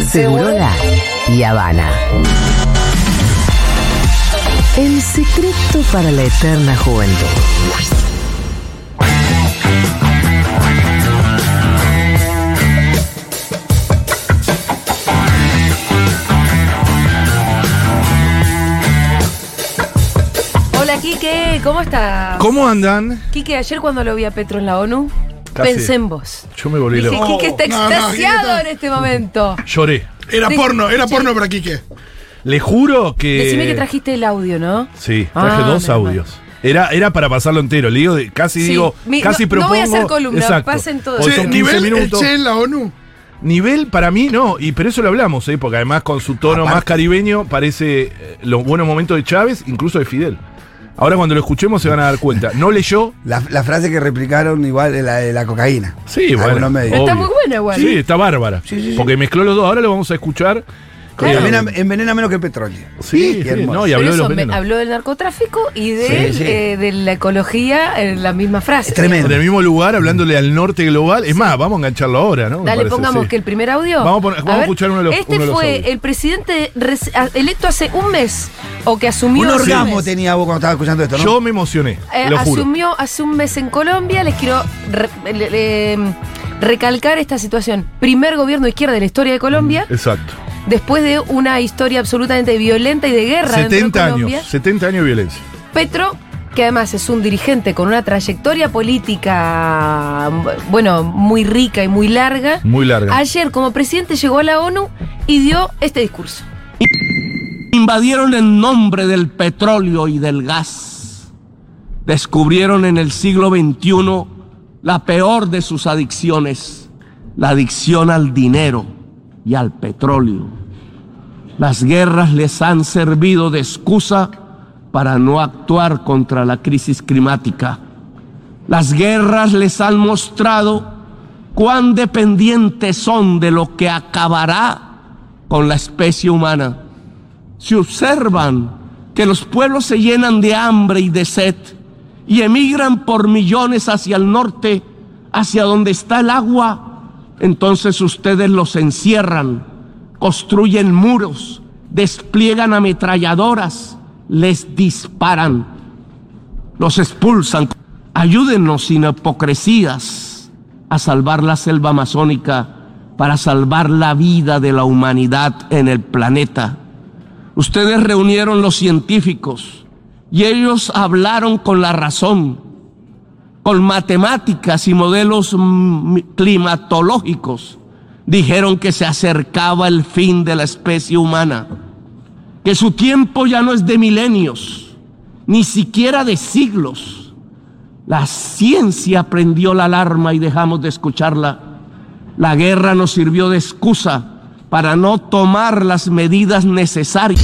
Segurola y Habana. El secreto para la eterna juventud. Hola, Quique, ¿cómo estás? ¿Cómo andan? Quique, ayer cuando lo vi a Petro en la ONU, Casi. pensé en vos. Yo me volví Dije, loco. Quique está extasiado en este momento. Lloré. Era porno para Quique. Le juro que... Decime que trajiste el audio, ¿no? Sí, traje dos menos mal. audios. Era para pasarlo entero. Le digo, casi Sí. digo, casi no propongo... voy a hacer columna, Exacto. pasen todos. Porque son 15 nivel minutos. el Che en la ONU. Nivel para mí no, pero eso lo hablamos, porque además con su tono más caribeño parece los buenos momentos de Chávez, incluso de Fidel. Ahora cuando lo escuchemos se van a dar cuenta. No leyó. La frase que replicaron igual de la cocaína. Sí, bueno. Algunos medios. Está obvio. muy buena igual. Sí, está bárbara. Sí. Porque mezcló los dos. Ahora lo vamos a escuchar. Envenena menos que el petróleo. Sí, Qué hermoso. no, y Pero habló de los eso, venenos. habló del narcotráfico y de, Sí. de la ecología en la misma frase. Es tremendo. En el mismo lugar, hablándole al norte global. Es más, vamos a engancharlo ahora, ¿no? Me Dale, parece, pongamos sí. que el primer audio. Vamos a escuchar uno de los Este uno de los fue audios. el presidente electo hace un mes, o que asumió Un hace orgasmo mes. tenía vos cuando estabas escuchando esto, ¿no? Yo me emocioné, lo juro. Asumió hace un mes en Colombia. Les quiero recalcar esta situación. Primer gobierno de izquierda de la historia de Colombia, Exacto. después de una historia absolutamente violenta y de guerra dentro de 70 Colombia. años. 70 años de violencia. Petro, que además es un dirigente con una trayectoria política, bueno, muy rica y muy larga. Muy larga. Ayer, como presidente, llegó a la ONU y dio este discurso. Invadieron en nombre del petróleo y del gas. Descubrieron en el siglo XXI la peor de sus adicciones, la adicción al dinero y al petróleo. Las guerras les han servido de excusa para no actuar contra la crisis climática. Las guerras les han mostrado cuán dependientes son de lo que acabará con la especie humana. Si observan que los pueblos se llenan de hambre y de sed y emigran por millones hacia el norte, hacia donde está el agua, entonces ustedes los encierran, construyen muros, despliegan ametralladoras, les disparan, los expulsan. Ayúdennos sin hipocresías a salvar la selva amazónica para salvar la vida de la humanidad en el planeta. Ustedes reunieron los científicos y ellos hablaron con la razón, con matemáticas y modelos climatológicos. Dijeron que se acercaba el fin de la especie humana, que su tiempo ya no es de milenios, ni siquiera de siglos. La ciencia prendió la alarma y dejamos de escucharla. La guerra nos sirvió de excusa para no tomar las medidas necesarias.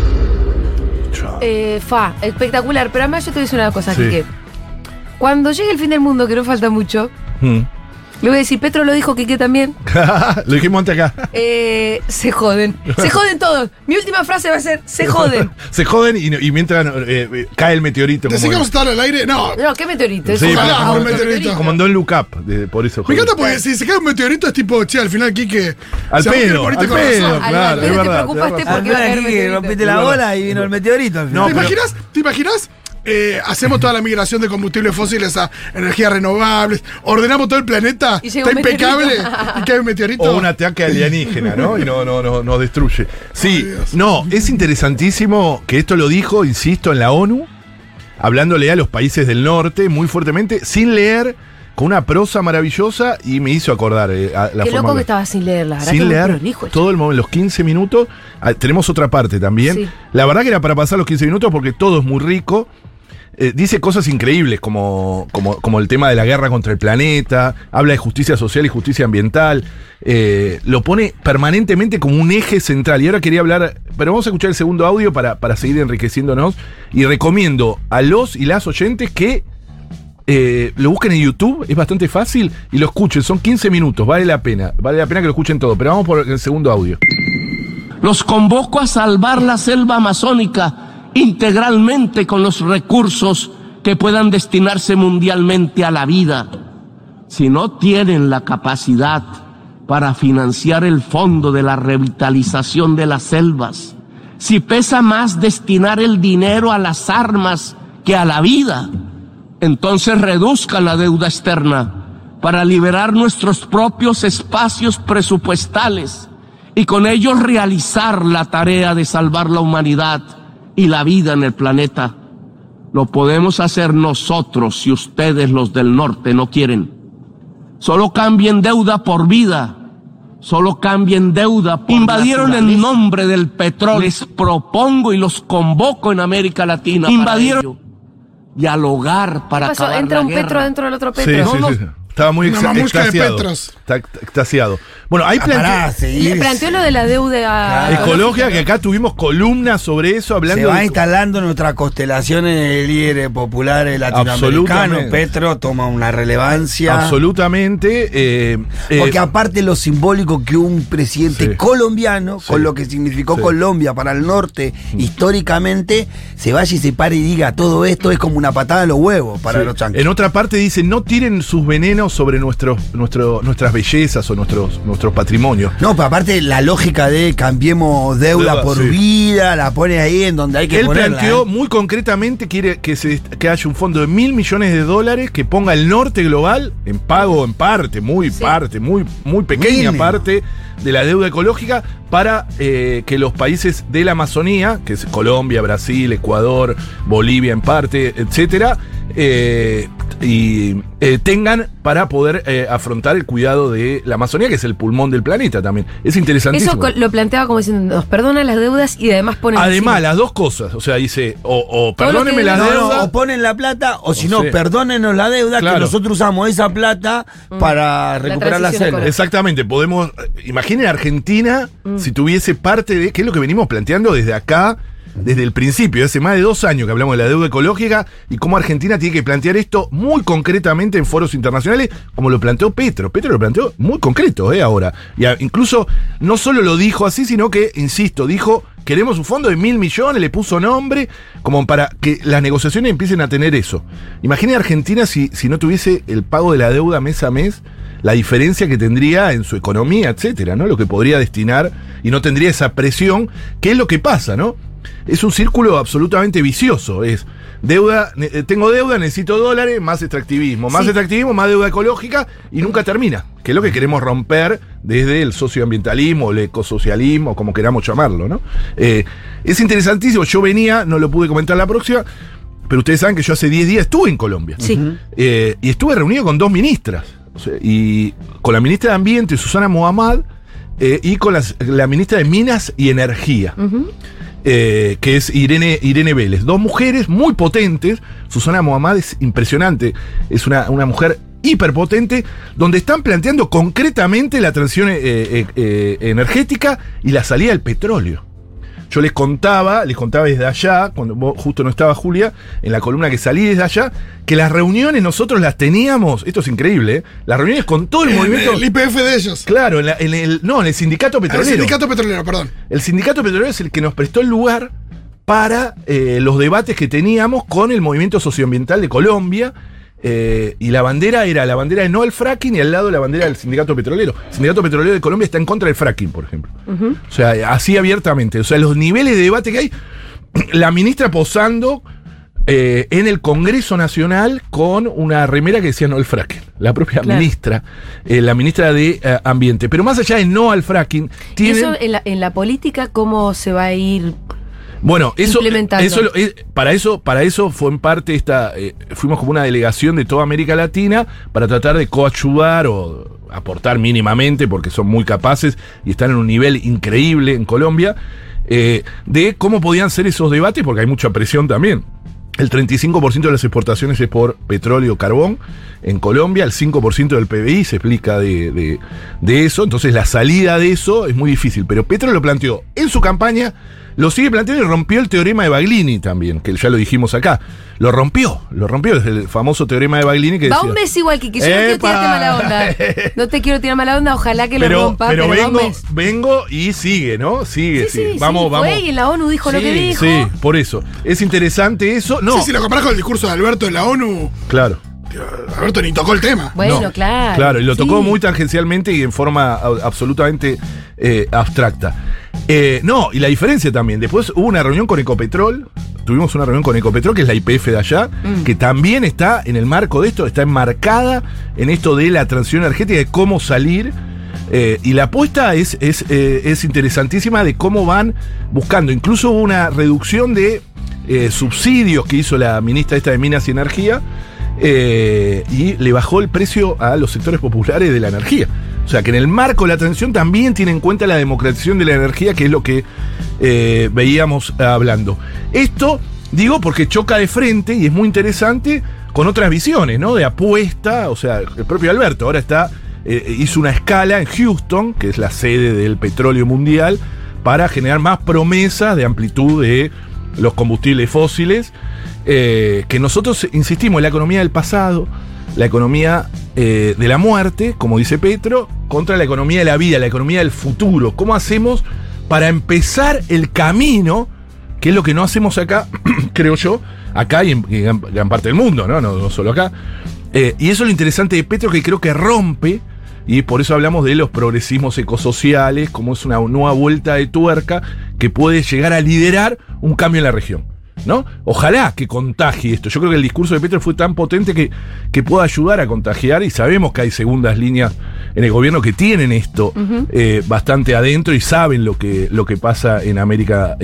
Espectacular. Pero además yo te voy a decir una cosa, Sí. Quique. Cuando llegue el fin del mundo, que no falta mucho, le voy a decir, Petro lo dijo, Quique también, Lo dijimos antes acá. se joden. Se joden todos. Mi última frase va a ser, se joden. Se joden y mientras cae el meteorito. Decí que vamos a estar al aire. No. No, ¿qué meteorito? Sí, Eso ojalá, es un meteorito. Como en Don't Look Up, por eso. Me encanta porque si se cae un meteorito es tipo, che, al final Quique. Al se va a pedo, poner al político pedo, razón. claro, Al es verdad. te preocupaste tenés razón. porque va a caer Aquí que meteorito. rompiste la bola y vino el meteorito al final. No, ¿Te pero- imaginas? ¿Te imaginas? Hacemos toda la migración de combustibles fósiles a energías renovables, ordenamos todo el planeta, Y llega está un impecable meteorito. y cae un meteorito. O un ataque alienígena, ¿no? Y no nos destruye. Sí, Ay, Dios. no, es interesantísimo que esto lo dijo, insisto, en la ONU, hablándole a los países del norte muy fuertemente, sin leer, con una prosa maravillosa, y me hizo acordar a la Qué forma loco de- que estaba sin leer, la verdad. sin que muy leer prolijo, todo el momento, los 15 minutos. Tenemos otra parte también. Sí. La verdad que era para pasar los 15 minutos porque todo es muy rico. Dice cosas increíbles como el tema de la guerra contra el planeta, habla de justicia social y justicia ambiental, lo pone permanentemente como un eje central. Y ahora quería hablar, pero vamos a escuchar el segundo audio para seguir enriqueciéndonos. Y recomiendo a los y las oyentes que lo busquen en YouTube, es bastante fácil, y lo escuchen, son 15 minutos, vale la pena que lo escuchen todo. Pero vamos por el segundo audio. Los convoco a salvar la selva amazónica integralmente con los recursos que puedan destinarse mundialmente a la vida. Si no tienen la capacidad para financiar el fondo de la revitalización de las selvas, si pesa más destinar el dinero a las armas que a la vida, entonces reduzcan la deuda externa para liberar nuestros propios espacios presupuestales y con ellos realizar la tarea de salvar la humanidad y la vida en el planeta. Lo podemos hacer nosotros si ustedes, los del norte, no quieren. Solo cambien deuda por vida. Solo cambien deuda por invadieron en nombre del petróleo. Les propongo y los convoco en América Latina. Invadieron dialogar para ¿Qué pasó? acabar Entra la un guerra. Petro dentro del otro Sí, Petro. sí. Estaba muy Una mamusca de extasiado. Petros. Está extasiado. Bueno, hay Le planteó lo de la deuda ecológica, que acá tuvimos columnas sobre eso, hablando Se va de instalando nuestra constelación en el líder popular latinoamericano. Absolutamente. Petro toma una relevancia. absolutamente. Porque aparte lo simbólico que un presidente Sí. colombiano, Sí. con lo que significó Sí. Colombia para el norte históricamente, se vaya y se pare y diga todo esto es como una patada a los huevos para Sí. los chanquis. En otra parte dice, no tiren sus venenos sobre nuestras bellezas o nuestros patrimonios. No, pero aparte la lógica de cambiemos deuda por sí. vida, la pone ahí en donde hay que Él ponerla. planteó muy concretamente, quiere que haya un fondo de $1.000 millones que ponga el norte global en pago en parte, muy pequeña Mínimo. parte de la deuda ecológica para que los países de la Amazonía, que es Colombia, Brasil, Ecuador, Bolivia en parte, etcétera, tengan para poder afrontar el cuidado de la Amazonía, que es el pulmón del planeta también. Es interesantísimo. Eso lo planteaba como diciendo, nos perdonan las deudas y además ponen Además, encima. las dos cosas. O sea, dice, o Todo lo perdónenme que las diga. deudas. O ponen la plata, o si no, Sí. perdónenos la deuda, Claro. que nosotros usamos esa plata para recuperar la transición selva. ecológica. Exactamente, podemos. Imaginen Argentina si tuviese parte de. ¿Qué es lo que venimos planteando desde acá? Desde el principio, hace más de 2 años que hablamos de la deuda ecológica y cómo Argentina tiene que plantear esto muy concretamente en foros internacionales, como lo planteó Petro. Petro lo planteó muy concreto, ahora. Y incluso no solo lo dijo así, sino que, insisto, dijo, queremos un fondo de $1.000 millones, le puso nombre, como para que las negociaciones empiecen a tener eso. Imaginen Argentina si no tuviese el pago de la deuda mes a mes, la diferencia que tendría en su economía, etcétera, ¿no? Lo que podría destinar y no tendría esa presión, que es lo que pasa, ¿no? Es un círculo absolutamente vicioso. Es deuda, tengo deuda, necesito dólares, más extractivismo, más Sí. extractivismo, más deuda ecológica y nunca termina. Que es lo que queremos romper desde el socioambientalismo, el ecosocialismo, como queramos llamarlo, ¿no? Es interesantísimo. Yo venía, no lo pude comentar la próxima, pero ustedes saben que yo hace 10 días estuve en Colombia. Sí. Y estuve reunido con 2 ministras. O sea, y con la ministra de Ambiente, Susana Mohamed, y con la ministra de Minas y Energía. Que es Irene Vélez. 2 mujeres muy potentes. Susana Mohamed es impresionante. Es una mujer hiperpotente, donde están planteando concretamente la transición energética y la salida del petróleo. Yo les contaba desde allá, cuando justo no estaba Julia, en la columna que salí desde allá, que las reuniones nosotros las teníamos, esto es increíble, las reuniones con todo el movimiento. El IPF de ellos. Claro, en el sindicato petrolero. El sindicato petrolero, perdón. El sindicato petrolero es el que nos prestó el lugar para los debates que teníamos con el movimiento socioambiental de Colombia. Y la bandera era la bandera de no al fracking y al lado la bandera del sindicato petrolero. El sindicato petrolero de Colombia está en contra del fracking, por ejemplo. O sea, así abiertamente. O sea, los niveles de debate que hay. La ministra posando en el Congreso Nacional con una remera que decía no al fracking. La propia Claro. ministra, la ministra de Ambiente. Pero más allá de no al fracking, ¿Y tienen... eso en la política cómo se va a ir? Bueno, Implementando. para eso fue en parte fuimos como una delegación de toda América Latina para tratar de coayudar o aportar mínimamente, porque son muy capaces y están en un nivel increíble en Colombia, de cómo podían ser esos debates, porque hay mucha presión también. El 35% de las exportaciones es por petróleo, carbón en Colombia, el 5% del PBI se explica de eso, entonces la salida de eso es muy difícil, pero Petro lo planteó en su campaña, lo sigue planteando y rompió el teorema de Baglini también, que ya lo dijimos acá, lo rompió, es el famoso teorema de Baglini que Va decía, un mes igual, Kiki, yo no quiero ¡Epa! tirarte mala onda. No te quiero tirar mala onda, ojalá que lo rompa, pero va un mes. vengo y sigue, ¿no? Sigue. Vamos. Fue y en la ONU dijo lo que dijo. Sí, por eso. Es interesante eso. No, Sí, si lo comparás con el discurso de Alberto en la ONU, claro. Alberto ni tocó el tema. Bueno, No, claro. Claro, y lo tocó sí. muy tangencialmente y en forma absolutamente abstracta. No, y la diferencia también. Después hubo una reunión con Ecopetrol. Tuvimos una reunión con Ecopetrol, que es la YPF de allá, que también está en el marco de esto, está enmarcada en esto de la transición energética, de cómo salir. Y la apuesta es interesantísima de cómo van buscando. Incluso hubo una reducción de subsidios que hizo la ministra esta de Minas y Energía. Y le bajó el precio a los sectores populares de la energía. O sea que en el marco de la transición también tiene en cuenta la democratización de la energía, que es lo que veíamos hablando. Esto, digo, porque choca de frente y es muy interesante con otras visiones, ¿no? De apuesta, o sea, el propio Alberto ahora hizo una escala en Houston, que es la sede del petróleo mundial, para generar más promesas de amplitud de los combustibles fósiles. Que nosotros insistimos en la economía del pasado, la economía de la muerte, como dice Petro, contra la economía de la vida, la economía del futuro. ¿Cómo hacemos para empezar el camino, que es lo que no hacemos acá, creo yo, acá y en gran parte del mundo, no solo acá? Y eso es lo interesante de Petro, que creo que rompe, y por eso hablamos de los progresismos ecosociales, como es una nueva vuelta de tuerca que puede llegar a liderar un cambio en la región, ¿no? Ojalá que contagie esto. Yo creo que el discurso de Petro fue tan potente que pueda ayudar a contagiar, y sabemos que hay segundas líneas en el gobierno que tienen esto bastante adentro y saben lo que pasa en América,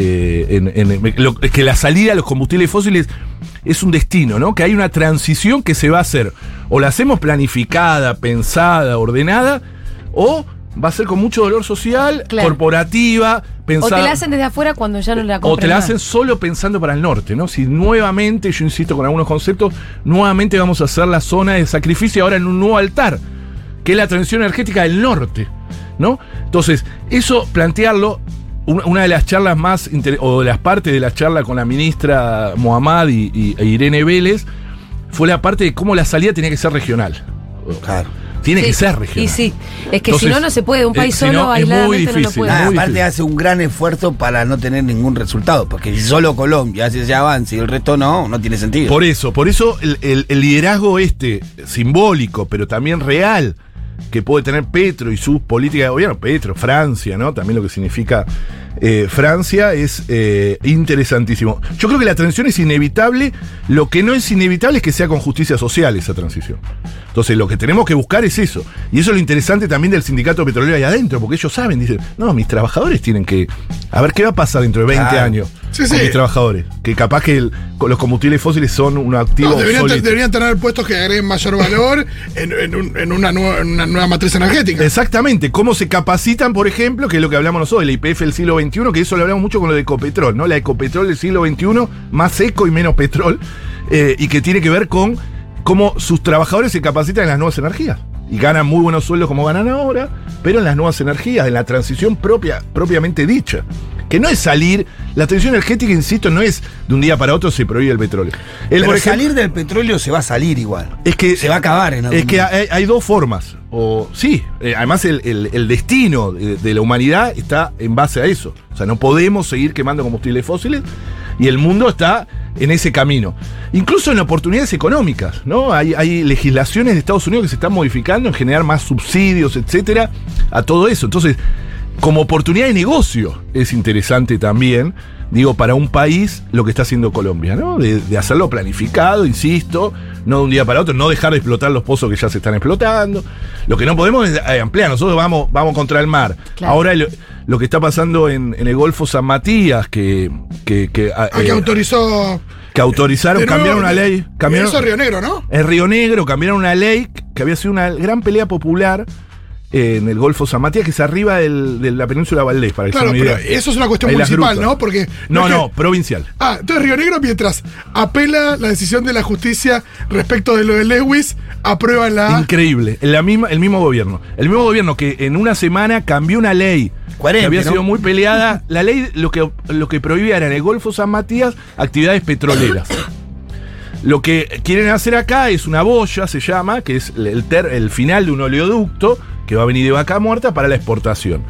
que la salida a los combustibles fósiles es un destino, ¿no? Que hay una transición que se va a hacer, o la hacemos planificada, pensada, ordenada, o va a ser con mucho dolor social, claro, corporativa, pensada. O te la hacen desde afuera cuando ya no la compran. O te la más. hacen solo pensando para el norte, ¿no? Si nuevamente, yo insisto con algunos conceptos, nuevamente vamos a hacer la zona de sacrificio ahora en un nuevo altar, que es la transición energética del norte, ¿no? Entonces, eso plantearlo, una de las charlas más, o de las partes de la charla con la ministra Mohammad e Irene Vélez, fue la parte de cómo la salida tenía que ser regional. Claro. Tiene que Sí, ser regional. Y sí, es que Entonces, si no se puede. Un país si solo, no, es muy aisladamente, no lo difícil. puede. Nada, muy aparte difícil. hace un gran esfuerzo para no tener ningún resultado, porque si solo Colombia hace ese avance y el resto no tiene sentido. Por eso el liderazgo simbólico, pero también real, que puede tener Petro y sus políticas de gobierno, Petro, Francia, ¿no? También lo que significa Francia es interesantísimo. Yo creo que la transición es inevitable. Lo que no es inevitable es que sea con justicia social esa transición. Entonces lo que tenemos que buscar es eso. Y eso es lo interesante también del sindicato petrolero ahí adentro, porque ellos saben, dicen, no, mis trabajadores tienen que... A ver qué va a pasar dentro de 20 años Sí, con sí. mis trabajadores. Que capaz que con los combustibles fósiles son un activo sólido. Deberían tener puestos que agreguen mayor valor en una nueva matriz energética. Exactamente, cómo se capacitan, por ejemplo, que es lo que hablamos nosotros, el IPF del siglo XXI, que eso lo hablamos mucho con lo de Ecopetrol, ¿no? La Ecopetrol del siglo XXI, más eco y menos petrol, y que tiene que ver con cómo sus trabajadores se capacitan en las nuevas energías. Y ganan muy buenos sueldos como ganan ahora, pero en las nuevas energías, en la transición propiamente dicha. Que no es salir, la transición energética, insisto, no es de un día para otro se prohíbe el petróleo. Pero por ejemplo, salir del petróleo se va a salir igual. es que Se va a acabar en algún Es que momento. hay dos formas. Además el destino de la humanidad está en base a eso. O sea, no podemos seguir quemando combustibles fósiles y el mundo está en ese camino. Incluso en oportunidades económicas, ¿no? Hay legislaciones de Estados Unidos que se están modificando en generar más subsidios, etcétera, a todo eso. Entonces, como oportunidad de negocio es interesante también, digo, para un país lo que está haciendo Colombia, ¿no? De hacerlo planificado, insisto, no de un día para otro, no dejar de explotar los pozos que ya se están explotando. Lo que no podemos es ampliar, nosotros vamos contra el mar. Claro. Ahora lo que está pasando en el Golfo San Matías, que Autorizó. autorizaron, de nuevo, cambiaron una ley. Eso es Río Negro, ¿no? En Río Negro cambiaron una ley que había sido una gran pelea popular en el Golfo San Matías, que es arriba de la península Valdés, para que Claro, se den una pero idea. eso es una cuestión Ahí las municipal, grutas. ¿no? Porque No, provincial. entonces Río Negro, mientras apela la decisión de la justicia respecto de lo de Lewis, aprueba la... Increíble. El mismo gobierno. El mismo gobierno que en una semana cambió una ley 40, que había ¿no? sido muy peleada. La ley lo que prohibía era en el Golfo San Matías actividades petroleras. Lo que quieren hacer acá es una boya, se llama, que es el final de un oleoducto que va a venir de Vaca Muerta para la exportación.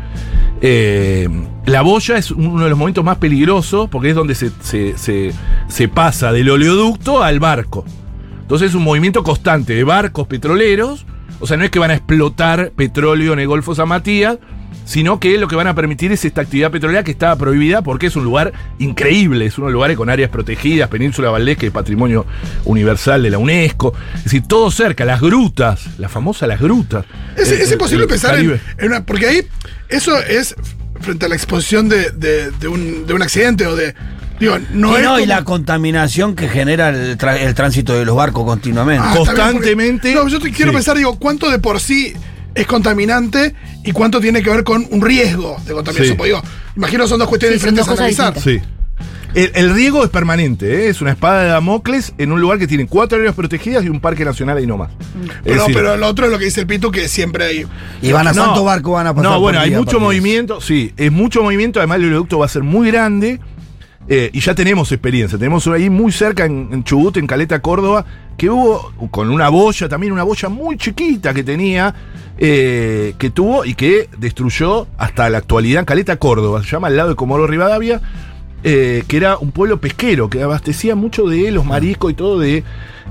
La boya es uno de los momentos más peligrosos porque es donde se pasa del oleoducto al barco. Entonces es un movimiento constante de barcos petroleros. O sea, no es que van a explotar petróleo en el Golfo San Matías, sino que lo que van a permitir es esta actividad petrolera que estaba prohibida porque es un lugar increíble, es uno de los lugares con áreas protegidas, Península Valdés, que es patrimonio universal de la UNESCO. Es decir, todo cerca, las grutas, la famosa las grutas. Es imposible pensar Caribe. en una. Porque ahí, eso es frente a la exposición de un accidente o de. Digo, no es. Y la contaminación que genera el tránsito de los barcos continuamente. Constantemente. Porque, yo quiero pensar, cuánto de por sí es contaminante y cuánto tiene que ver con un riesgo de contaminación. Sí. Porque imagino son dos cuestiones diferentes a analizar. Sí. El riesgo es permanente, ¿eh? Es una espada de Damocles en un lugar que tiene 4 áreas protegidas y un parque nacional ahí nomás. Pero lo otro es lo que dice el Pitu, que siempre hay. ¿Y cuántos barcos van a pasar? No, bueno, por hay día, mucho movimiento, sí, es mucho movimiento, además el oleoducto va a ser muy grande. Y ya tenemos experiencia, tenemos ahí muy cerca en Chubut, en Caleta, Córdoba, que hubo con una boya, también una boya muy chiquita que tenía, que tuvo y que destruyó hasta la actualidad en Caleta, Córdoba, se llama al lado de Comodoro Rivadavia, que era un pueblo pesquero, que abastecía mucho de los mariscos y todo de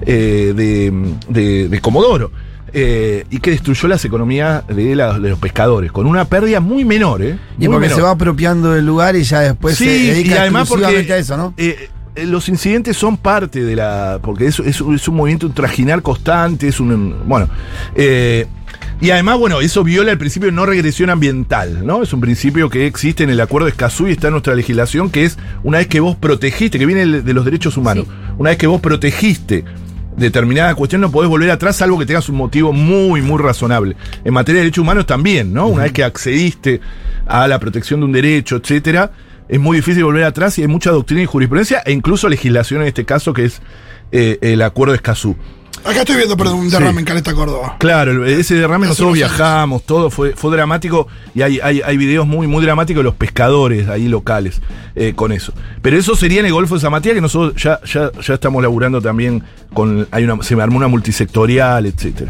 Comodoro. Y que destruyó las economías de los pescadores, con una pérdida muy menor. Y porque se va apropiando del lugar y ya después se dedica y además exclusivamente a eso, ¿no? Los incidentes son parte de la. Porque es un movimiento trajinal constante, es un. Bueno. Y además, bueno, eso viola el principio de no regresión ambiental, ¿no? Es un principio que existe en el Acuerdo de Escazú y está en nuestra legislación, que es una vez que vos protegiste, que viene de los derechos humanos, una vez que vos protegiste determinada cuestión, no podés volver atrás, salvo que tengas un motivo muy, muy razonable. En materia de derechos humanos también, ¿no? Una vez que accediste a la protección de un derecho, etcétera, es muy difícil volver atrás y hay mucha doctrina y jurisprudencia, e incluso legislación en este caso, que es el Acuerdo de Escazú. Acá estoy viendo, un derrame en Caleta, Córdoba. Claro, ese derrame nosotros viajamos, todo fue dramático y hay videos muy, muy dramáticos de los pescadores ahí locales con eso. Pero eso sería en el Golfo de San Matías, que nosotros ya estamos laburando también con. Se me armó una multisectorial, etcétera.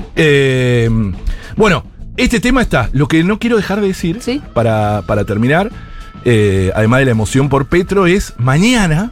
Bueno, este tema está. Lo que no quiero dejar de decir, para terminar, además de la emoción por Petro, es mañana,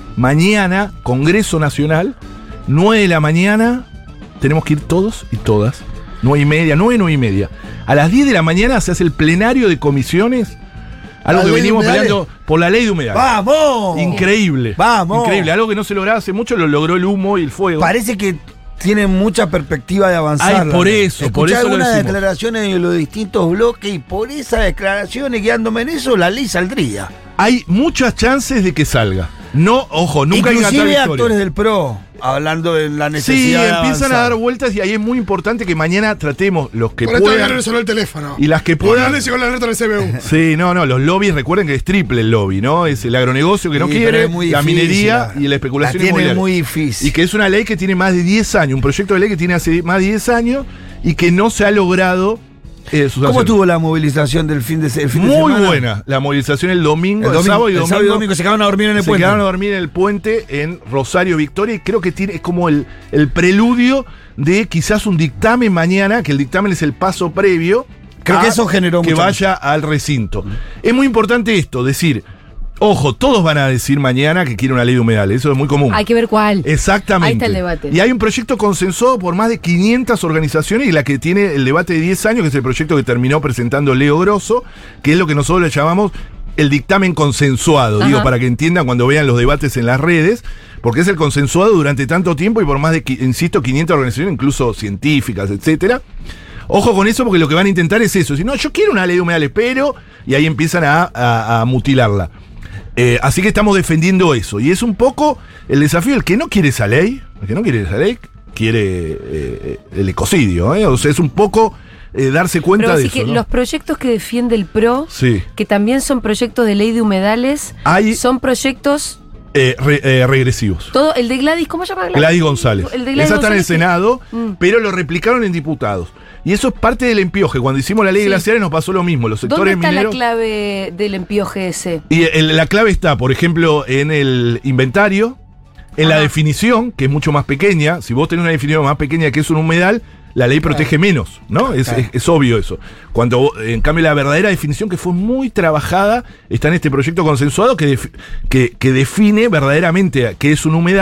Congreso Nacional. 9 de la mañana, tenemos que ir todos y todas. 9:30. A las 10 de la mañana se hace el plenario de comisiones. Algo que venimos peleando por la ley de humedales. ¡Vamos! Increíble. ¡Vamos! Increíble. Algo que no se lograba hace mucho, lo logró el humo y el fuego. Parece que tiene mucha perspectiva de avanzar. Ay, por eso Escuché lo algunas decimos. declaraciones de los distintos bloques y por esas declaraciones, guiándome en eso, la ley saldría. Hay muchas chances de que salga. No, ojo, nunca hay una tal Inclusive victoria. actores del PRO, hablando de la necesidad de empiezan avanzar. a dar vueltas y ahí es muy importante que mañana tratemos los que Por esto puedan. ya resolvió el teléfono. Y las que puedan. Le llegó la alerta del CBU. Sí, no, los lobbies, recuerden que es triple el lobby, ¿no? Es el agronegocio que no Sí, quiere, pero es muy la difícil, minería y la especulación la tiene inmobiliaria. muy difícil. Y que es una ley que tiene más de 10 años, un proyecto de ley que tiene hace más de 10 años y que no se ha logrado ¿Cómo estuvo la movilización del fin de semana? Muy buena. La movilización el domingo, el sábado y domingo. Se quedaron a dormir en el puente. Se quedaron a dormir en el puente en Rosario Victoria y creo que es como el preludio de quizás un dictamen mañana, que el dictamen es el paso previo. Creo que eso generó que mucho. vaya al recinto. Es muy importante esto, decir, ojo, todos van a decir mañana que quieren una ley de humedales, eso es muy común. Hay que ver cuál. Exactamente. Ahí está el debate. Y hay un proyecto consensuado por más de 500 organizaciones y la que tiene el debate de 10 años, que es el proyecto que terminó presentando Leo Grosso, que es lo que nosotros le llamamos el dictamen consensuado, digo, para que entiendan cuando vean los debates en las redes, porque es el consensuado durante tanto tiempo y por más de, insisto, 500 organizaciones, incluso científicas, etcétera. Ojo con eso porque lo que van a intentar es eso. Si no, yo quiero una ley de humedales, pero... Y ahí empiezan a mutilarla. Así que estamos defendiendo eso. Y es un poco el desafío. El que no quiere esa ley, quiere el ecocidio. O sea, es un poco darse cuenta pero de sí eso. Que ¿no? los proyectos que defiende el PRO, Sí. que también son proyectos de ley de humedales, son proyectos... regresivos. Todo, el de Gladys, ¿cómo se llama Gladys González. El de Gladys Esa está en el González, Senado, pero lo replicaron en diputados. Y eso es parte del empioje. Cuando hicimos la ley de glaciares nos pasó lo mismo. Los sectores ¿Dónde está mineros. la clave del empioje ese? Y la clave está, por ejemplo, en el inventario, en la definición, que es mucho más pequeña. Si vos tenés una definición más pequeña que es un humedal, la ley protege menos, ¿no? Es obvio eso. Cuando, en cambio, la verdadera definición, que fue muy trabajada, está en este proyecto consensuado que define verdaderamente qué es un humedal,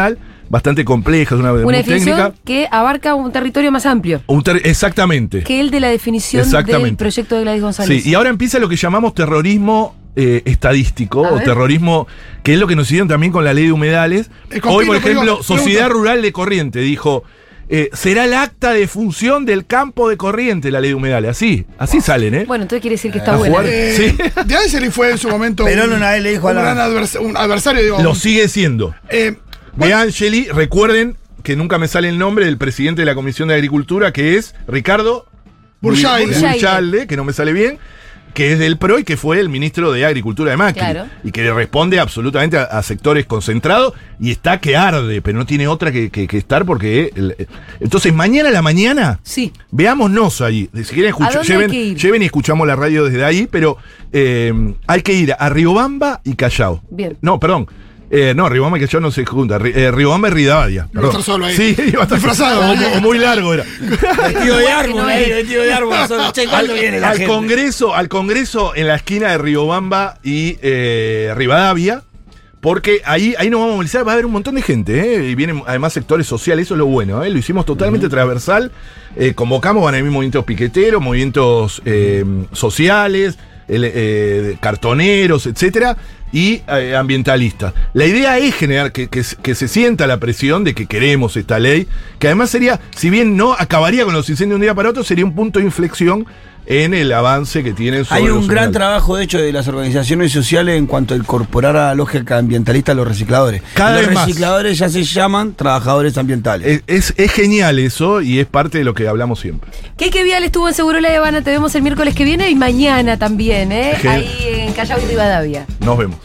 bastante compleja, es una Una muy definición técnica. que abarca un territorio más amplio Exactamente. que el de la definición del proyecto de Gladys González. Sí, y ahora empieza lo que llamamos terrorismo estadístico, A o ver. terrorismo, que es lo que nos hicieron también con la ley de humedales. Hoy, por ejemplo, Sociedad Rural de Corrientes dijo, será el acta de función del campo de Corrientes la ley de humedales. Así salen, ¿eh? Bueno, entonces quiere decir que está A buena. jugar. Sí. De Angeli fue en su momento Perón una vez le dijo a un la- gran un adversario, digo. Lo sigue siendo. eh, De Angeli, recuerden que nunca me sale el nombre del presidente de la Comisión de Agricultura, que es Ricardo Burjaide. Burjaide, que no me sale bien, que es del PRO y que fue el ministro de Agricultura de Macri. Claro. Y que responde absolutamente a sectores concentrados y está que arde, pero no tiene otra que estar porque... Entonces, mañana a la mañana, Sí. veámonos ahí. Si quieren ¿A dónde hay que ir? lleven y escuchamos la radio desde ahí, pero hay que ir a Riobamba y Callao. Bien. No, perdón. No, Riobamba y Callao no se junta. Riobamba y Rivadavia. Iba a estar solo ahí. Sí, iba a estar Disfrazado. O muy largo era. Vestido de árbol, no es. vestido de árbol. Che, ¿cuándo viene la al gente? Congreso en la esquina de Riobamba y Rivadavia, porque ahí nos vamos a movilizar, va a haber un montón de gente, y vienen además sectores sociales, eso es lo bueno, lo hicimos totalmente transversal, convocamos, van a haber movimientos piqueteros, movimientos sociales, cartoneros, etcétera, y ambientalistas. La idea es generar que se sienta la presión de que queremos esta ley, que además sería, si bien no acabaría con los incendios de un día para otro, sería un punto de inflexión en el avance que tienen sobre Hay un los gran humedales. trabajo, de hecho, de las organizaciones sociales en cuanto a incorporar a la lógica ambientalista a los recicladores. Cada los vez más. recicladores ya se llaman trabajadores ambientales. Es genial eso y es parte de lo que hablamos siempre. Keke Vial estuvo en Seguro La Habana, te vemos el miércoles que viene y mañana también, Gen- ahí en Callao y Rivadavia. Nos vemos.